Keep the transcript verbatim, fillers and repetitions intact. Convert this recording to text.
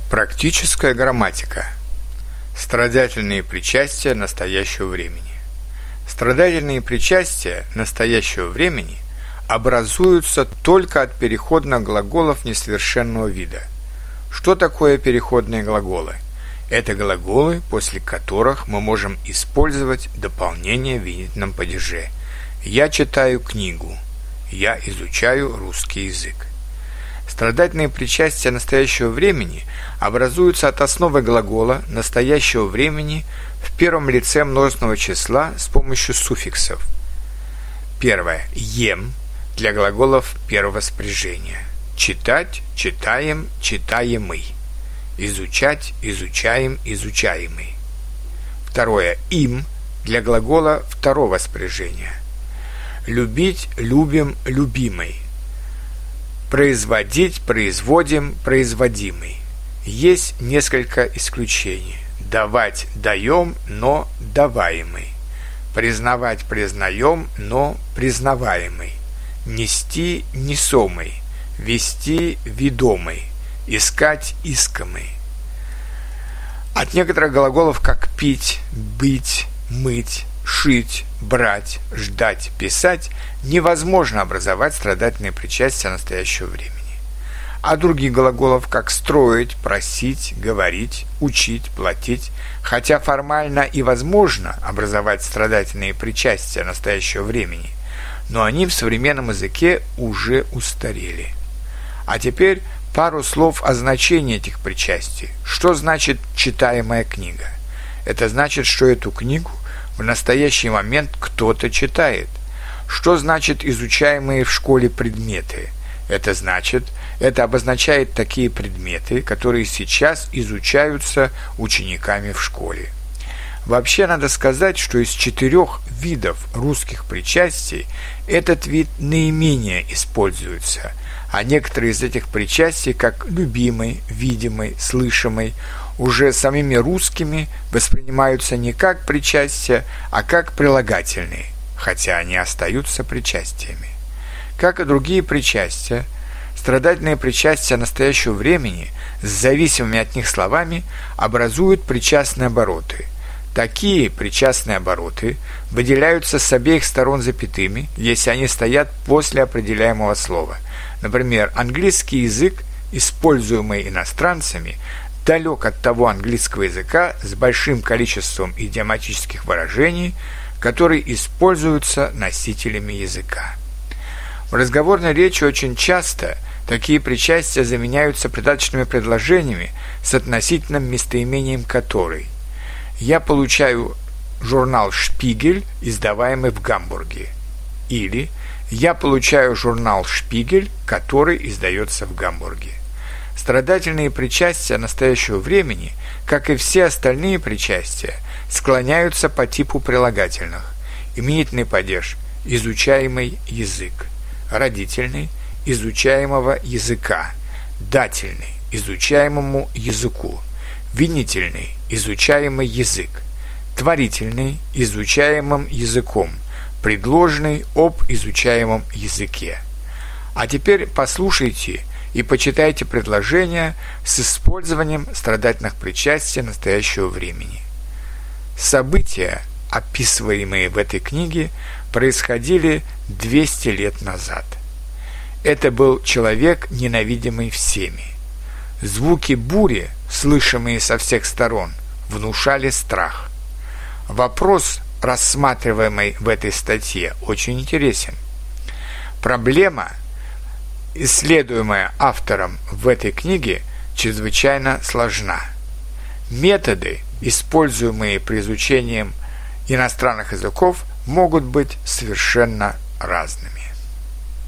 Практическая грамматика. Страдательные причастия настоящего времени. Страдательные причастия настоящего времени образуются только от переходных глаголов несовершенного вида. Что такое переходные глаголы? Это глаголы, после которых мы можем использовать дополнение в винительном падеже. Я читаю книгу. Я изучаю русский язык. Страдательные причастия настоящего времени образуются от основы глагола настоящего времени в первом лице множественного числа с помощью суффиксов. Первое. Ем для глаголов первого спряжения. Читать, читаем, читаемый. Изучать, изучаем, изучаемый. Второе. Им для глагола второго спряжения. Любить, любим, любимый. Производить, производим, производимый. Есть несколько исключений. Давать, даем, но даваемый. Признавать, признаем, но признаваемый. Нести, несомый. Вести, ведомый. Искать, искомый. От некоторых глаголов, как пить, быть, мыть, шить, брать, ждать, писать, невозможно образовать страдательные причастия настоящего времени. А других глаголов, как строить, просить, говорить, учить, платить, хотя формально и возможно образовать страдательные причастия настоящего времени, но они в современном языке уже устарели. А теперь пару слов о значении этих причастий. Что значит читаемая книга? Это значит, что эту книгу в настоящий момент кто-то читает. Что значит изучаемые в школе предметы? Это значит, это обозначает такие предметы, которые сейчас изучаются учениками в школе. Вообще надо сказать, что из четырех видов русских причастий этот вид наименее используется, а некоторые из этих причастий, как любимый, видимый, слышимый, уже самими русскими воспринимаются не как причастия, а как прилагательные, хотя они остаются причастиями. Как и другие причастия, страдательные причастия настоящего времени с зависимыми от них словами образуют причастные обороты. Такие причастные обороты выделяются с обеих сторон запятыми, если они стоят после определяемого слова. Например, английский язык, используемый иностранцами, далек от того английского языка с большим количеством идиоматических выражений, которые используются носителями языка. В разговорной речи очень часто такие причастия заменяются придаточными предложениями с относительным местоимением «который». Я получаю журнал «Шпигель», издаваемый в Гамбурге. Или я получаю журнал «Шпигель», который издается в Гамбурге. Страдательные причастия настоящего времени, как и все остальные причастия, склоняются по типу прилагательных. Именительный падеж – изучаемый язык. Родительный – изучаемого языка. Дательный – изучаемому языку. Винительный – изучаемый язык. Творительный – изучаемым языком. Предложный – об изучаемом языке. А теперь послушайте и почитайте предложения с использованием страдательных причастий настоящего времени. События, описываемые в этой книге, происходили двести лет назад. Это был человек, ненавидимый всеми. Звуки бури, слышимые со всех сторон, внушали страх. Вопрос, рассматриваемый в этой статье, очень интересен. Проблема, исследуемая автором в этой книге, чрезвычайно сложна. Методы, используемые при изучении иностранных языков, могут быть совершенно разными.